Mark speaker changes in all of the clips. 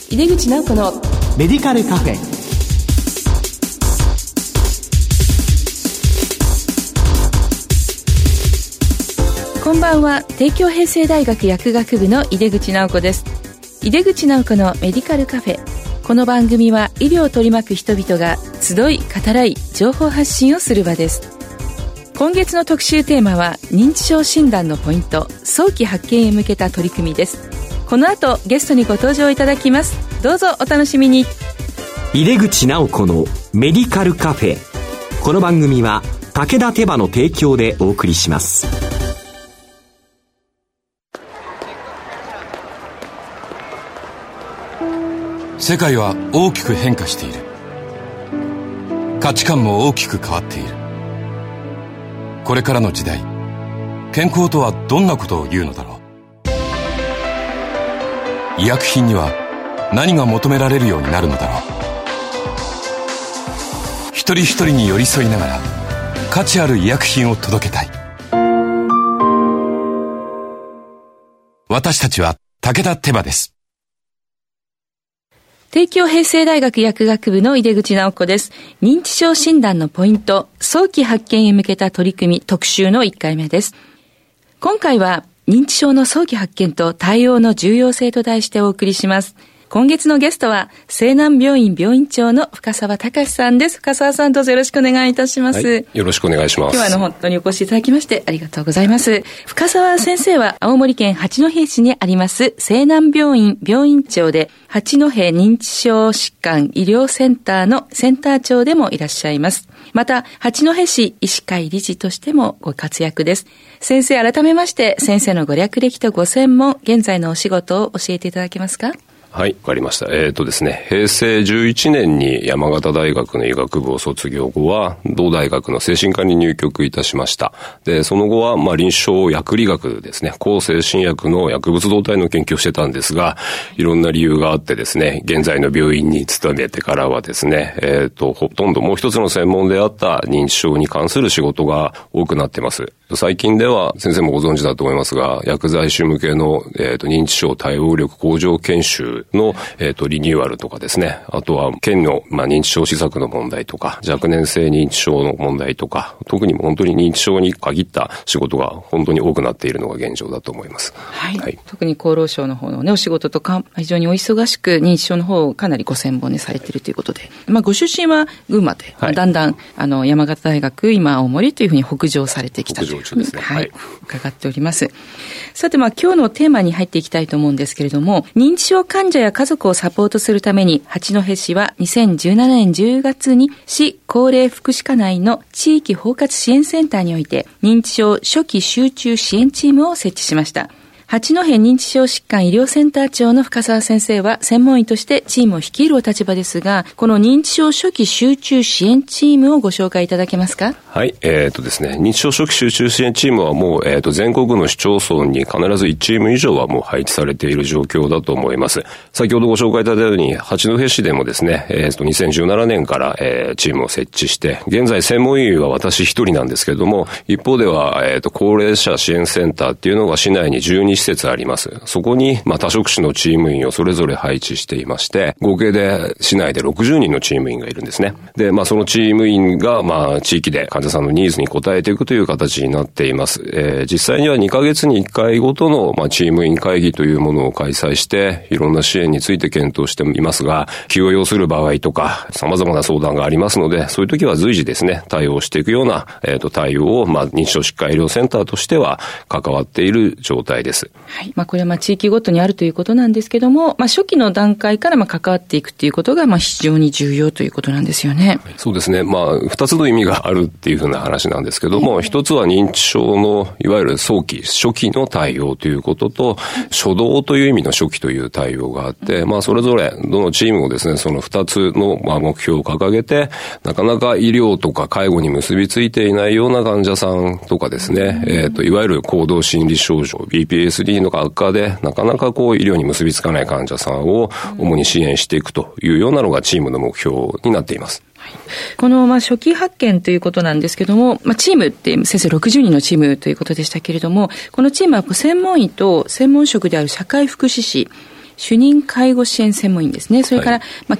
Speaker 1: 井出口直子の
Speaker 2: メディカルカフェ。
Speaker 1: こんばんは。帝京平成大学薬学部の井出口直子です。井出口直子のメディカルカフェ。この番組は医療を取り巻く人々が集い語らい情報発信をする場です。今月の特集テーマは認知症診断のポイント、早期発見へ向けた取り組みです。この後ゲストにご登場いただきます。どうぞお楽しみに。
Speaker 2: 井出口直子のメディカルカフェ。この番組は武田手羽の提供でお送りします。
Speaker 3: 世界は大きく変化している。価値観も大きく変わっている。これからの時代、健康とはどんなことを言うのだろう。医薬品には何が求められるようになるのだろう。一人一人に寄り添いながら価値ある医薬品を届けたい。私たちは武田手羽です。
Speaker 1: 帝京平成大学薬学部の井出口直子です。認知症診断のポイント、早期発見へ向けた取り組み特集の1回目です。今回は認知症の早期発見と対応の重要性と題してお送りします。今月のゲストは西南病院病院長の深澤隆さんです。深澤さん、どうぞよろしくお願いいたします。
Speaker 4: はい、よろしくお願いします。
Speaker 1: 今日は本当にお越しいただきましてありがとうございます。深澤先生は青森県八戸市にあります西南病院病院長で、八戸認知症疾患医療センターのセンター長でもいらっしゃいます。また八戸市医師会理事としてもご活躍です。先生、改めまして先生のご略歴とご専門、現在のお仕事を教えていただけますか？
Speaker 4: はい、わかりました。ですね、平成11年に山形大学の医学部を卒業後は、同大学の精神科に入局いたしました。で、その後は、臨床薬理学ですね、抗精神薬の薬物動態の研究をしてたんですが、いろんな理由があってですね、現在の病院に勤めてからはですね、ほとんどもう一つの専門であった認知症に関する仕事が多くなってます。最近では、先生もご存知だと思いますが、薬剤師向けの、認知症対応力向上研修の、リニューアルとかですね。あとは、県の、認知症施策の問題とか、若年性認知症の問題とか、特に本当に認知症に限った仕事が本当に多くなっているのが現状だと思います。
Speaker 1: はい。はい、特に厚労省の方のね、お仕事とか、非常にお忙しく、認知症の方をかなりご専門にされているということで。ご出身は群馬で、はい、だんだん、山形大学、今、青森というふうに北上されてきたという。
Speaker 4: ですね、
Speaker 1: はい、伺っております。さて、今日のテーマに入っていきたいと思うんですけれども、認知症患者や家族をサポートするために八戸市は2017年10月に市高齢福祉課内の地域包括支援センターにおいて認知症初期集中支援チームを設置しました。八戸認知症疾患医療センター長の深澤先生は専門医としてチームを率いるお立場ですが、この認知症初期集中支援チームをご紹介いただけますか？
Speaker 4: はい、ですね、認知症初期集中支援チームはもう、全国の市町村に必ず1チーム以上はもう配置されている状況だと思います。先ほどご紹介いただいたように、八戸市でもですね、2017年から、チームを設置して、現在専門医は私一人なんですけれども、一方では、高齢者支援センターっていうのが市内に12施設あります。そこに、多職種のチーム員をそれぞれ配置していまして、合計で市内で60人のチーム員がいるんですね。で、そのチーム員が、地域で患者さんのニーズに応えていくという形になっています。実際には2ヶ月に1回ごとの、チーム員会議というものを開催して、いろんな支援について検討していますが、急を要する場合とか、様々な相談がありますので、そういう時は随時ですね、対応していくような、対応を、認知症疾患医療センターとしては関わっている状態です。
Speaker 1: はい。これは地域ごとにあるということなんですけども、初期の段階から関わっていくということが非常に重要ということなんですよね。
Speaker 4: そうですね。二つの意味があるっていうふうな話なんですけども、一つは認知症のいわゆる早期、初期の対応ということと、初動という意味の初期という対応があって、それぞれどのチームもですね、その二つの目標を掲げて、なかなか医療とか介護に結びついていないような患者さんとかですね、いわゆる行動心理症状、BPSD の悪化でなかなか医療に結びつかない患者さんを主に支援していくというようなのがチームの目標になっています。
Speaker 1: この初期発見ということなんですけども、チームって先生60人のチームということでしたけれども、このチームは専門医と専門職である社会福祉士、 主任介護支援専門員ですね。それから、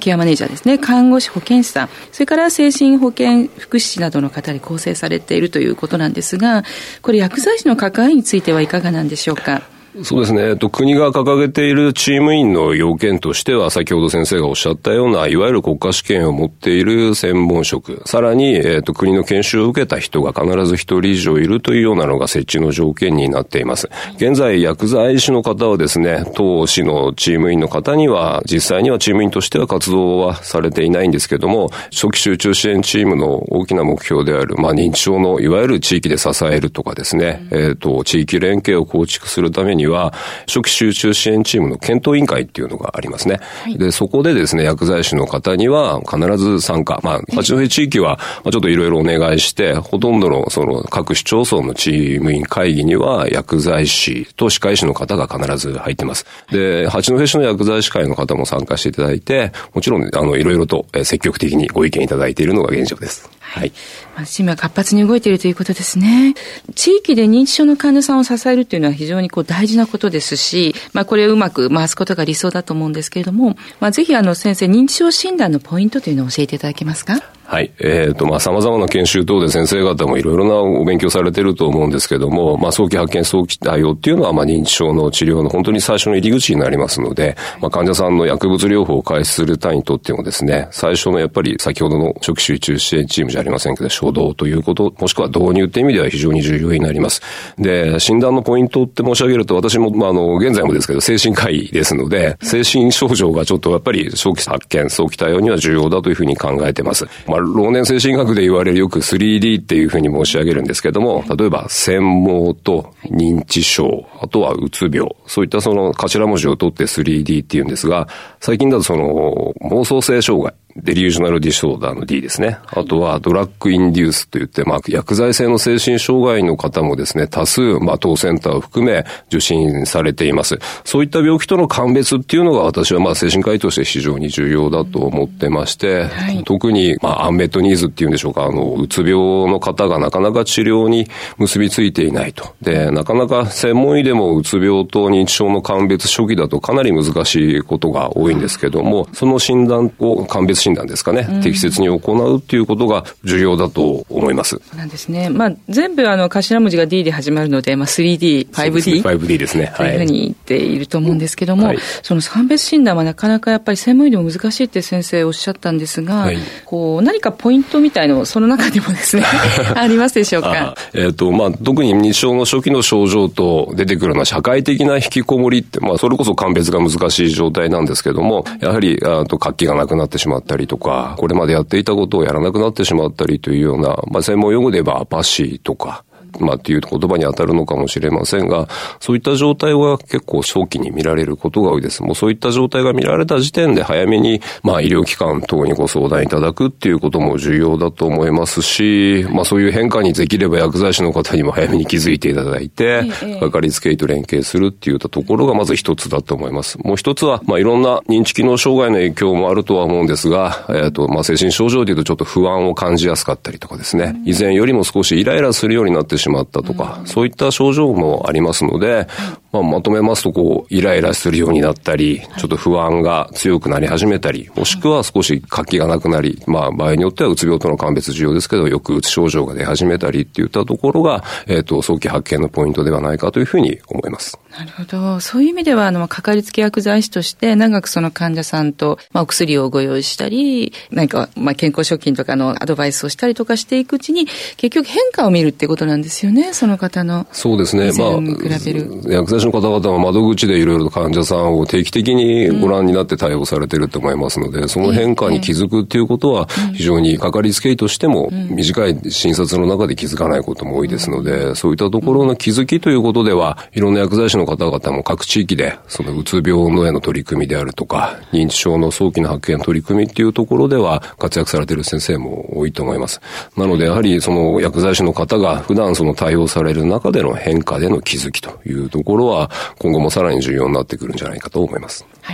Speaker 1: ケアマネージャーですね。看護師、保健師さん、それから精神保健福祉士などの方に構成されているということなんですが、これ薬剤師の関わりについてはいかがなんでしょうか。
Speaker 4: そうですね。国が掲げているチーム員の要件としては、先ほど先生がおっしゃったような、いわゆる国家試験を持っている専門職、さらに、国の研修を受けた人が必ず一人以上いるというようなのが設置の条件になっています。現在、薬剤師の方はですね、当市のチーム員の方には、実際にはチーム員としては活動はされていないんですけども、初期集中支援チームの大きな目標である、認知症のいわゆる地域で支えるとかですね、地域連携を構築するためには、初期集中支援チームの検討委員会っていうのがありますね。で、そこでですね、薬剤師の方には必ず参加。八戸地域は、ちょっといろいろお願いして、ほとんどのその各市町村のチーム員会議には薬剤師と歯科医師の方が必ず入ってます。で、八戸市の薬剤師会の方も参加していただいて、もちろん、いろいろと積極的にご意見いただいているのが現状です。はい。
Speaker 1: チームは活発に動いているということですね。地域で認知症の患者さんを支えるというのは非常に大事なことですし、これをうまく回すことが理想だと思うんですけれども、ぜひ先生、認知症診断のポイントというのを教えていただけますか？
Speaker 4: はい。様々な研修等で先生方もいろいろなお勉強されていると思うんですけども、早期発見、早期対応っていうのは、認知症の治療の本当に最初の入り口になりますので、患者さんの薬物療法を開始する単位にとってもですね、最初のやっぱり先ほどの初期集中支援チームじゃありませんけど、初動ということ、もしくは導入っていう意味では非常に重要になります。で、診断のポイントって申し上げると、私も、現在もですけど、精神科医ですので、精神症状がちょっとやっぱり早期発見、早期対応には重要だというふうに考えています。老年精神学で言われるよく 3D っていうふうに申し上げるんですけども、例えば、専盲と認知症、あとはうつ病、そういったその頭文字を取って 3D っていうんですが、最近だとその妄想性障害、デリュージョナルディソーダーの D ですね。あとはドラッグインデュースといって、薬剤性の精神障害の方もですね、多数、当センターを含め受診されています。そういった病気との鑑別っていうのが私は精神科医として非常に重要だと思ってまして、特に、アンメットニーズっていうんでしょうか、うつ病の方がなかなか治療に結びついていないと。で、なかなか専門医でもうつ病と認知症の鑑別初期だとかなり難しいことが多いんですけども、その診断を鑑別診断ですかね、適切に行うっていうことが重要だと思います。
Speaker 1: そうなんですね。全部頭文字が D で始まるので、3D、5D、
Speaker 4: 5D ですね。
Speaker 1: というふうに言っていると思うんですけども、その鑑別診断はなかなかやっぱり専門医でも難しいって先生おっしゃったんですが、何かポイントみたいのその中でもですねありますでしょうか？
Speaker 4: 特に認知症の初期の症状と出てくるのは社会的な引きこもりって、それこそ鑑別が難しい状態なんですけども、やはり活気がなくなってしまったりとか、これまでやっていたことをやらなくなってしまったりというような、専門用語で言えばアパシーとか、っていう言葉に当たるのかもしれませんが、そういった状態は結構早期に見られることが多いです。もうそういった状態が見られた時点で早めに、医療機関等にご相談いただくっていうことも重要だと思いますし、そういう変化にできれば薬剤師の方にも早めに気づいていただいて、かかりつけ医と連携するっていうところがまず一つだと思います。もう一つは、いろんな認知機能障害の影響もあるとは思うんですが、精神症状でいうとちょっと不安を感じやすかったりとかですね、以前よりも少しイライラするようになってしまったとか、そういった症状もありますので、まとめますとイライラするようになったり、ちょっと不安が強くなり始めたり、もしくは少し活気がなくなり、場合によってはうつ病との鑑別重要ですけど、よくうつ症状が出始めたりっていったところが、早期発見のポイントではないかというふうに思います。
Speaker 1: なるほど。そういう意味では、かかりつけ薬剤師として長くその患者さんと、お薬をご用意したり、何か、健康食品とかのアドバイスをしたりとかしていくうちに、結局変化を見るってことなんですよね、その方の。
Speaker 4: そうですね。
Speaker 1: 比べる。
Speaker 4: 薬剤師の方々は窓口でいろいろと患者さんを定期的にご覧になって対応されていると思いますので、その変化に気づくっていうことは、非常にかかりつけ医としても、短い診察の中で気づかないことも多いですので、そういったところの気づきということでは、いろんな薬剤師の方々も各地域で、そのうつ病のへの取り組みであるとか、認知症の早期の発見取り組みっていうところでは、活躍されている先生も多いと思います。なので、やはりその薬剤師の方が普段その対応される中での変化での気づきというところは、今後もさらに重要になってくるんじゃないかと思います。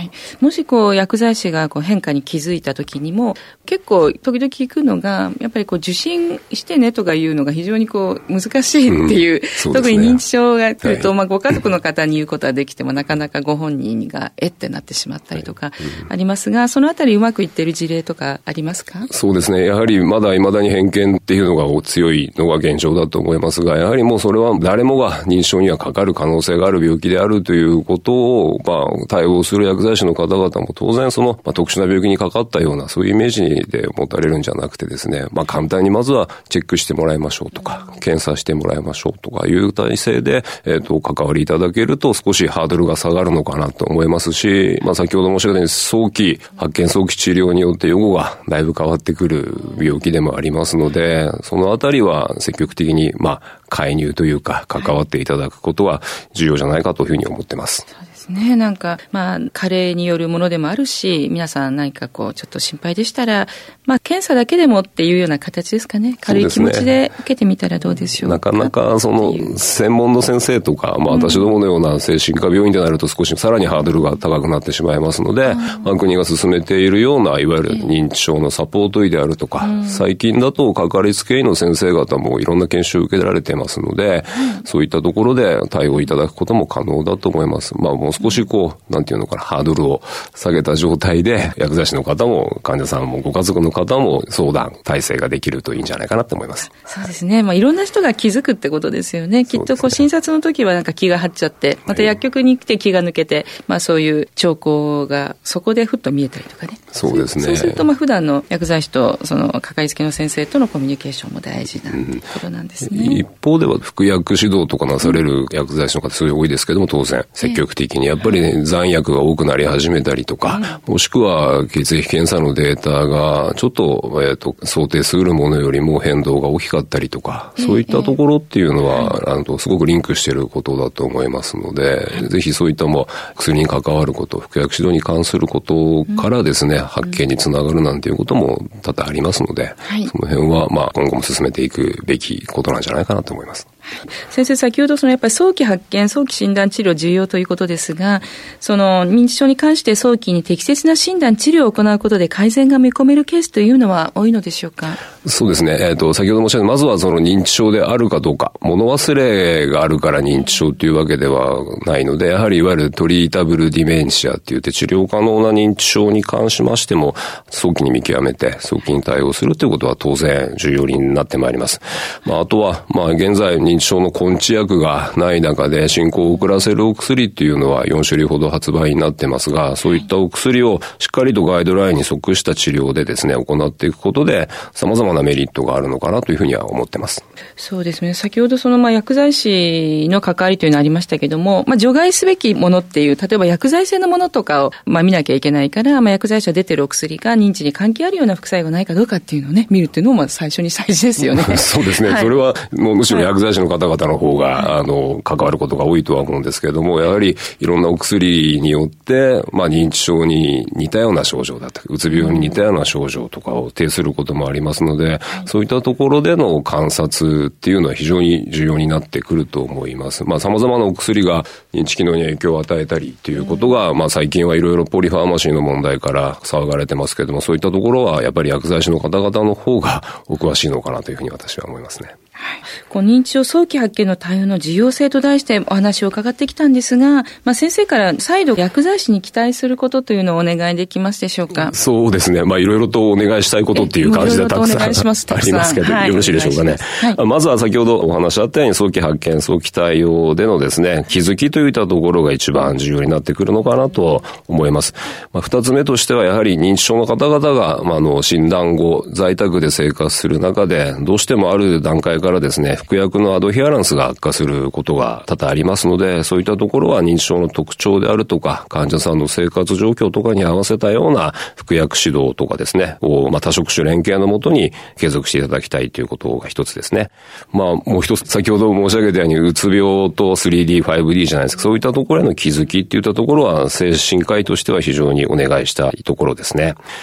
Speaker 1: い。もし薬剤師が変化に気づいた時にも、結構時々聞くのが、やっぱり受診してねとかいうのが非常に難しいっていう、特に認知症が来ると、ご家族の方に言うことはできても、なかなかご本人がってなってしまったりとかありますが、そのあたりうまくいっている事例とかありますか？
Speaker 4: そうですね。やはり未だに偏見っていうのが強いのが現状だと思いますが、やはりもうそれは誰もが認知症にはかかる可能性がある病気であるということを、対応する薬剤師の方々も当然特殊な病気にかかったようなそういうイメージで持たれるんじゃなくてですね、簡単にまずはチェックしてもらいましょうとか、検査してもらいましょうとかいう体制で、関わりいただけると少しハードルが下がるのかなと思いますし、先ほど申し上げたように早期発見、早期治療によって予後がだいぶ変わってくる病気でもありますので、そのあたりは積極的に介入というか関わっていただくことは重要じゃないかというふうに思ってます。
Speaker 1: そうですね。加齢によるものでもあるし、皆さん何かちょっと心配でしたら、検査だけでもっていうような形ですかね。軽い気持ちで受けてみたらどうでしょうか。
Speaker 4: なかなか専門の先生とか、私どものような精神科病院でなると少しさらにハードルが高くなってしまいますので、国が進めているようないわゆる認知症のサポート医であるとか、最近だとかかりつけ医の先生方もいろんな研修を受けられていますので、そういったところで対応いただくことも可能だと思います。もう少しハードルを下げた状態で薬剤師の方も患者さんもご家族の方も相談体制ができるといいんじゃないかなと思います。
Speaker 1: そうですね。いろんな人が気づくってことですよね。きっと診察の時は気が張っちゃって、また薬局に来て気が抜けて、そういう兆候がそこでふっと見えたりとかね。
Speaker 4: そうですね。
Speaker 1: そうすると普段の薬剤師とかかりつけの先生とのコミュニケーションも大事なことなんですね。
Speaker 4: 一方では服薬指導とかなされる薬剤師の方すごい多いですけども、当然積極的にやっぱり残薬が多くなり始めたりとか、もしくは血液検査のデータがちょっと、想定するものよりも変動が大きかったりとか、そういったところっていうのは、すごくリンクしていることだと思いますので、ぜひそういった薬に関わること、服薬指導に関することからですね、発見につながるなんていうことも多々ありますので、その辺は今後も進めていくべきことなんじゃないかなと思います。
Speaker 1: 先生、先ほどやっぱり早期発見、早期診断治療重要ということですが、認知症に関して早期に適切な診断治療を行うことで改善が見込めるケースというのは多いのでしょうか？
Speaker 4: そうですね。先ほど申し上げた、まずは認知症であるかどうか、物忘れがあるから認知症というわけではないので、やはりいわゆるトリータブルディメンシアって言って治療可能な認知症に関しましても、早期に見極めて早期に対応するということは当然重要になってまいります。あとは、現在認知症の根治薬がない中で進行を遅らせるお薬っていうのは4種類ほど発売になってますが、そういったお薬をしっかりとガイドラインに即した治療でですね、行っていくことで様々なメリットがあるのかなというふうには思ってます。
Speaker 1: そうですね。先ほど薬剤師の関わりというのありましたけども、除外すべきものっていう、例えば薬剤性のものとかを見なきゃいけないから、薬剤師が出てるお薬が認知に関係あるような副作用がないかどうかっていうのをね、見るっていうのも最初に大事ですよね。
Speaker 4: そうですね。それはむしろ薬剤師の方々の方が、関わることが多いとは思うんですけれども、やはりいろんなお薬によって、認知症に似たような症状だとか、うつ病に似たような症状とかを呈することもありますので、そういったところでの観察っていうのは非常に重要になってくると思います。様々なお薬が認知機能に影響を与えたりということが、最近はいろいろポリファーマシーの問題から騒がれてますけれども、そういったところはやっぱり薬剤師の方々の方がお詳しいのかなというふうに私は思いますね。
Speaker 1: 認知症早期発見の対応の重要性と題してお話を伺ってきたんですが、先生から再度薬剤師に期待することというのをお願いできますでしょうか？
Speaker 4: そうですね。いろいろとお願いしたいことっていう感じでたくさんありますけど、よろしいでしょうかね。まずは先ほどお話あったように早期発見、早期対応でのですね、気づきといったところが一番重要になってくるのかなと思います。二つ目としてはやはり認知症の方々が、診断後在宅で生活する中でどうしてもある段階からですね、服薬のアドヒアランスが悪化することが多々ありますので、そういったところは認知症の特徴であるとか、患者さんの生活状況とかに合わせたような服薬指導とかですね、を多職種連携のもとに継続していただきたいということが一つですね。もう一つ、先ほど申し上げたように、うつ病と 3D、5D じゃないですか、そういったところへの気づきっていったところは、精神科医としては非常にお願いしたいところですね。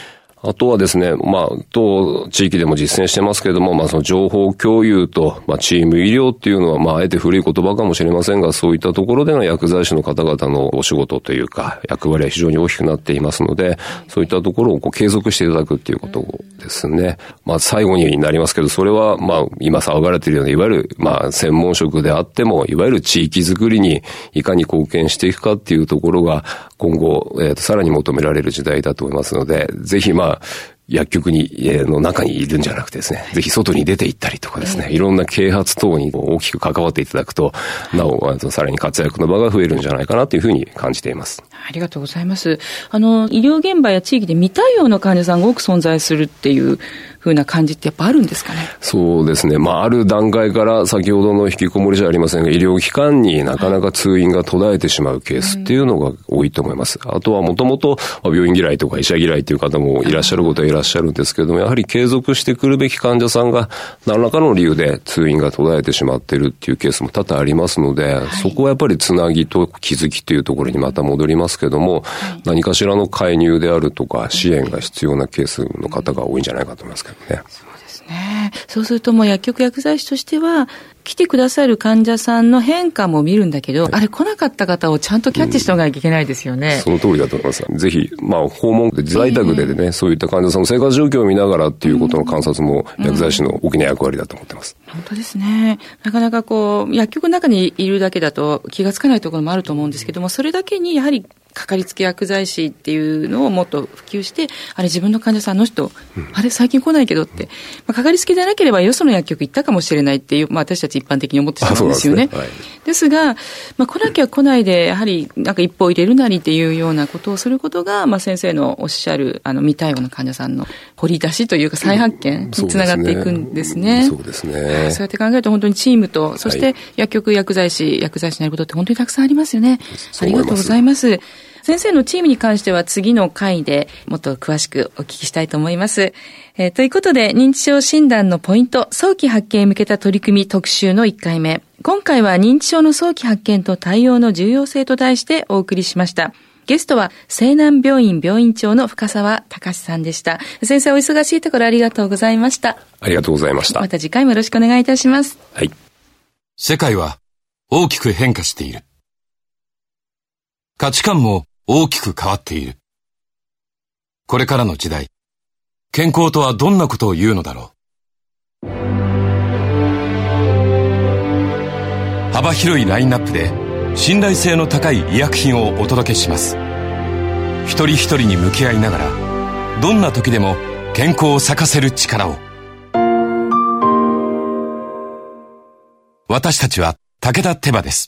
Speaker 4: あとはですね、当地域でも実践してますけれども、その情報共有と、チーム医療っていうのは、あえて古い言葉かもしれませんが、そういったところでの薬剤師の方々のお仕事というか、役割は非常に大きくなっていますので、そういったところを継続していただくっていうことですね。最後になりますけど、それは、今騒がれているような、いわゆる、専門職であっても、いわゆる地域づくりにいかに貢献していくかっていうところが、今後、さらに求められる時代だと思いますので、ぜひ薬局の中にいるんじゃなくてですね、ぜひ外に出て行ったりとかですね、いろんな啓発等に大きく関わっていただくと、なお、さらに活躍の場が増えるんじゃないかなというふうに感じています。
Speaker 1: ありがとうございます。医療現場や地域で未対応の患者さんが多く存在するっていう風な感じってやっぱあるんですかね。
Speaker 4: そうですね。ある段階から先ほどの引きこもりじゃありませんが、医療機関になかなか通院が途絶えてしまうケースっていうのが多いと思います。あとはもともと病院嫌いとか医者嫌いという方もいらっしゃることはいらっしゃるんですけれども、やはり継続してくるべき患者さんが何らかの理由で通院が途絶えてしまっているっていうケースも多々ありますので、そこはやっぱりつなぎと気づきというところにまた戻りますけども、何かしらの介入であるとか支援が必要なケースの方が多いんじゃないかと思いますけどね。
Speaker 1: そうですね。そうするともう薬局薬剤師としては来てくださる患者さんの変化も見るんだけど、あれ来なかった方をちゃんとキャッチしておかなきゃいけないですよね。
Speaker 4: その通りだと思います。ぜひ訪問で在宅でね、そういった患者さんの生活状況を見ながらっていうことの観察も薬剤師の大きな役割だと思ってます。
Speaker 1: 本当ですね。なかなか薬局の中にいるだけだと気がつかないところもあると思うんですけども、それだけにやはりかかりつけ薬剤師っていうのをもっと普及して、あれ自分の患者さんの人、あれ最近来ないけどって、かかりつけでなければよその薬局行ったかもしれないっていう、私たち一般的に思ってしまうんですよね。ですが、来なきゃ来ないで、やはり一歩入れるなりっていうようなことをすることが、先生のおっしゃる未対応の患者さんの掘り出しというか再発見につながっていくんですね。
Speaker 4: そうですね。
Speaker 1: そうやって考えると本当にチームと、そして薬局薬剤師になることって本当にたくさんありますよね。ありがとうございます。先生のチームに関しては次の回でもっと詳しくお聞きしたいと思います。ということで、認知症診断のポイント、早期発見へ向けた取り組み特集の1回目。今回は認知症の早期発見と対応の重要性と題してお送りしました。ゲストは西南病院病院長の深澤隆さんでした。先生、お忙しいところありがとうございました。
Speaker 4: ありがとうございました。
Speaker 1: また次回もよろしくお願いいたします。
Speaker 4: はい。
Speaker 3: 世界は大きく変化している。価値観も大きく変わっている。これからの時代、健康とはどんなことを言うのだろう。幅広いラインナップで信頼性の高い医薬品をお届けします。一人一人に向き合いながら、どんな時でも健康を咲かせる力を。私たちは武田手羽です。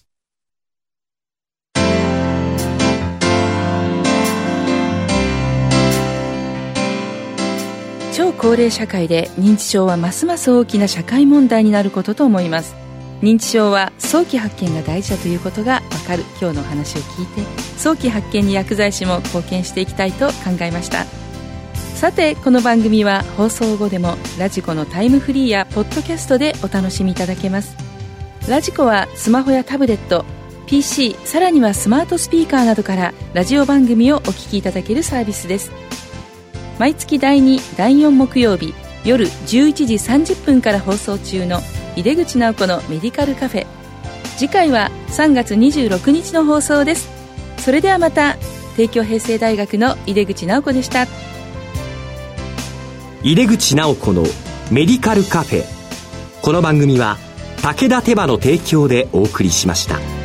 Speaker 1: 超高齢社会で認知症はますます大きな社会問題になることと思います。認知症は早期発見が大事だということがわかる今日のお話を聞いて、早期発見に薬剤師も貢献していきたいと考えました。さて、この番組は放送後でもラジコのタイムフリーやポッドキャストでお楽しみいただけます。ラジコはスマホやタブレット、PC、さらにはスマートスピーカーなどからラジオ番組をお聞きいただけるサービスです。毎月第2、第4木曜日夜11時30分から放送中の井出口直子のメディカルカフェ。次回は3月26日の放送です。それではまた。帝京平成大学の井出口直子でした。
Speaker 2: 井出口直子のメディカルカフェ。この番組は武田手羽の提供でお送りしました。